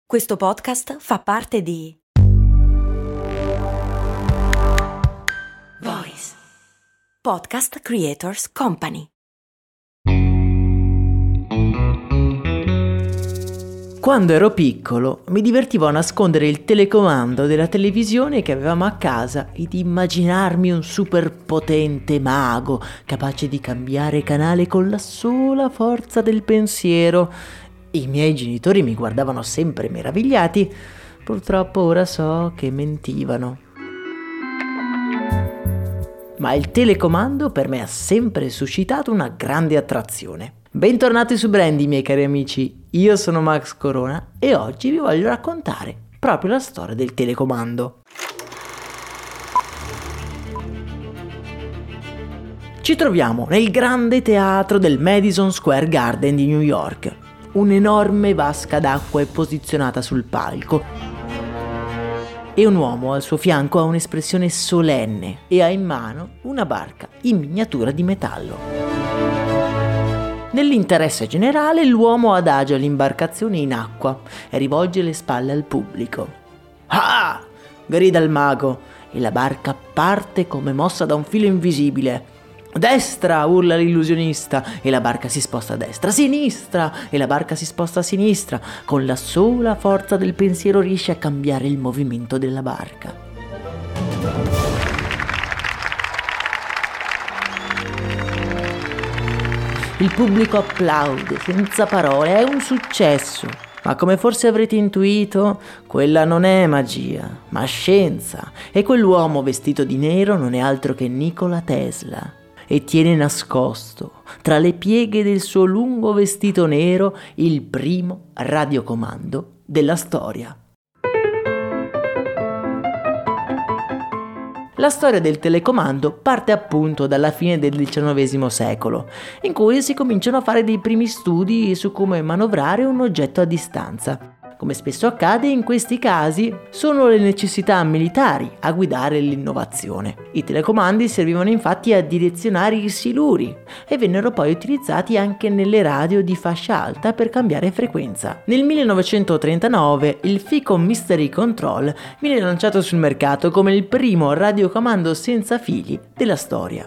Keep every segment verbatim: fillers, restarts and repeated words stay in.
Questo podcast fa parte di Voice Podcast Creators Company. Quando ero piccolo mi divertivo a nascondere il telecomando della televisione che avevamo a casa ed immaginarmi un superpotente mago capace di cambiare canale con la sola forza del pensiero. I miei genitori mi guardavano sempre meravigliati, purtroppo ora so che mentivano. Ma il telecomando per me ha sempre suscitato una grande attrazione. Bentornati su Brandy, miei cari amici, io sono Max Corona e oggi vi voglio raccontare proprio la storia del telecomando. Ci troviamo nel grande teatro del Madison Square Garden di New York. Un'enorme vasca d'acqua è posizionata sul palco e un uomo al suo fianco ha un'espressione solenne e ha in mano una barca in miniatura di metallo. Nell'interesse generale l'uomo adagia l'imbarcazione in acqua e rivolge le spalle al pubblico. Ah! Grida il mago e la barca parte come mossa da un filo invisibile. Destra! Urla l'illusionista e la barca si sposta a destra. Sinistra! E la barca si sposta a sinistra. Con la sola forza del pensiero riesce a cambiare il movimento della barca. Il pubblico applaude senza parole, è un successo. Ma come forse avrete intuito, quella non è magia, ma scienza. E quell'uomo vestito di nero non è altro che Nikola Tesla. E tiene nascosto, tra le pieghe del suo lungo vestito nero, il primo radiocomando della storia. La storia del telecomando parte appunto dalla fine del diciannovesimo secolo, in cui si cominciano a fare dei primi studi su come manovrare un oggetto a distanza. Come spesso accade in questi casi, sono le necessità militari a guidare l'innovazione. I telecomandi servivano infatti a direzionare i siluri e vennero poi utilizzati anche nelle radio di fascia alta per cambiare frequenza. Nel millenovecentotrentanove il Ficom Mystery Control viene lanciato sul mercato come il primo radiocomando senza fili della storia.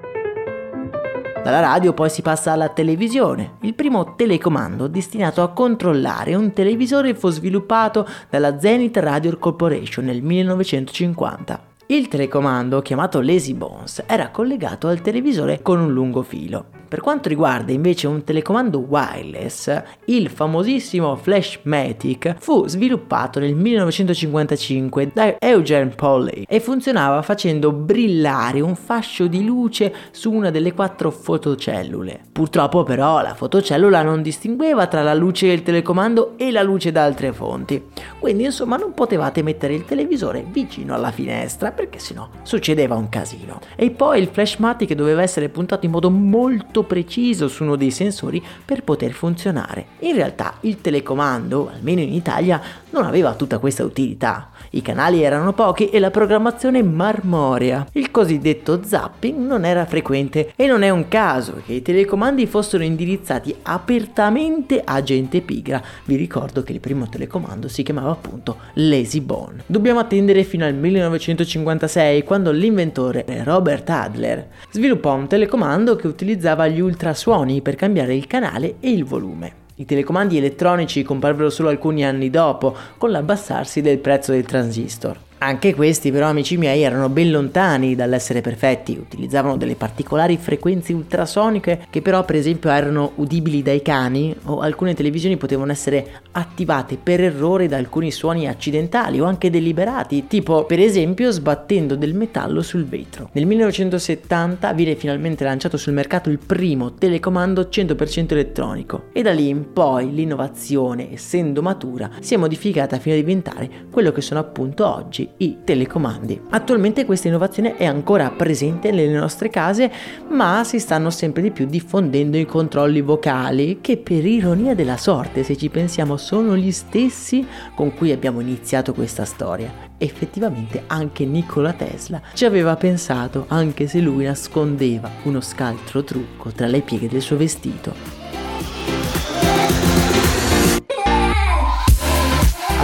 Dalla radio poi si passa alla televisione. Il primo telecomando destinato a controllare un televisore fu sviluppato dalla Zenith Radio Corporation nel millenovecentocinquanta. Il telecomando, chiamato Lazy Bones, era collegato al televisore con un lungo filo. Per quanto riguarda invece un telecomando wireless, il famosissimo Flashmatic fu sviluppato nel millenovecentocinquantacinque da Eugene Pauly e funzionava facendo brillare un fascio di luce su una delle quattro fotocellule. Purtroppo però la fotocellula non distingueva tra la luce del telecomando e la luce da altre fonti, quindi insomma non potevate mettere il televisore vicino alla finestra perché sennò succedeva un casino. E poi il Flashmatic doveva essere puntato in modo molto preciso su uno dei sensori per poter funzionare. In realtà il telecomando, almeno in Italia, non aveva tutta questa utilità. I canali erano pochi e la programmazione marmorea. Il cosiddetto zapping non era frequente e non è un caso che i telecomandi fossero indirizzati apertamente a gente pigra. Vi ricordo che il primo telecomando si chiamava appunto Lazy Bone. Dobbiamo attendere fino al millenovecentocinquantasei quando l'inventore Robert Adler sviluppò un telecomando che utilizzava gli ultrasuoni per cambiare il canale e il volume. I telecomandi elettronici comparvero solo alcuni anni dopo, con l'abbassarsi del prezzo del transistor. Anche questi però, amici miei, erano ben lontani dall'essere perfetti, utilizzavano delle particolari frequenze ultrasoniche che però per esempio erano udibili dai cani, o alcune televisioni potevano essere attivate per errore da alcuni suoni accidentali o anche deliberati, tipo per esempio sbattendo del metallo sul vetro. Nel millenovecentosettanta viene finalmente lanciato sul mercato il primo telecomando cento per cento elettronico e da lì in poi l'innovazione, essendo matura, si è modificata fino a diventare quello che sono appunto oggi i telecomandi. Attualmente questa innovazione è ancora presente nelle nostre case, ma si stanno sempre di più diffondendo i controlli vocali che, per ironia della sorte, se ci pensiamo, sono gli stessi con cui abbiamo iniziato questa storia. Effettivamente anche Nikola Tesla ci aveva pensato, anche se lui nascondeva uno scaltro trucco tra le pieghe del suo vestito.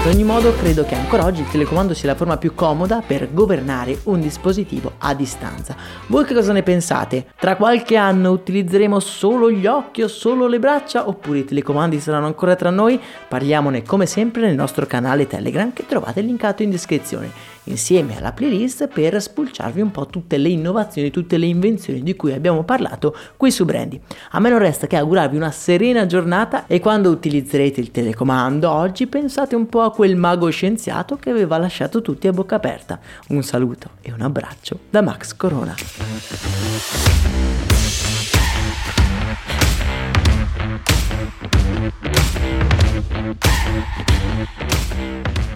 Ad ogni modo, credo che ancora oggi il telecomando sia la forma più comoda per governare un dispositivo a distanza. Voi che cosa ne pensate? Tra qualche anno utilizzeremo solo gli occhi o solo le braccia, oppure i telecomandi saranno ancora tra noi? Parliamone come sempre nel nostro canale Telegram, che trovate linkato in descrizione, insieme alla playlist per spulciarvi un po' tutte le innovazioni, tutte le invenzioni di cui abbiamo parlato qui su Brandy. A me non resta che augurarvi una serena giornata e quando utilizzerete il telecomando oggi pensate un po' a quel mago scienziato che aveva lasciato tutti a bocca aperta. Un saluto e un abbraccio da Max Corona. We'll be right back.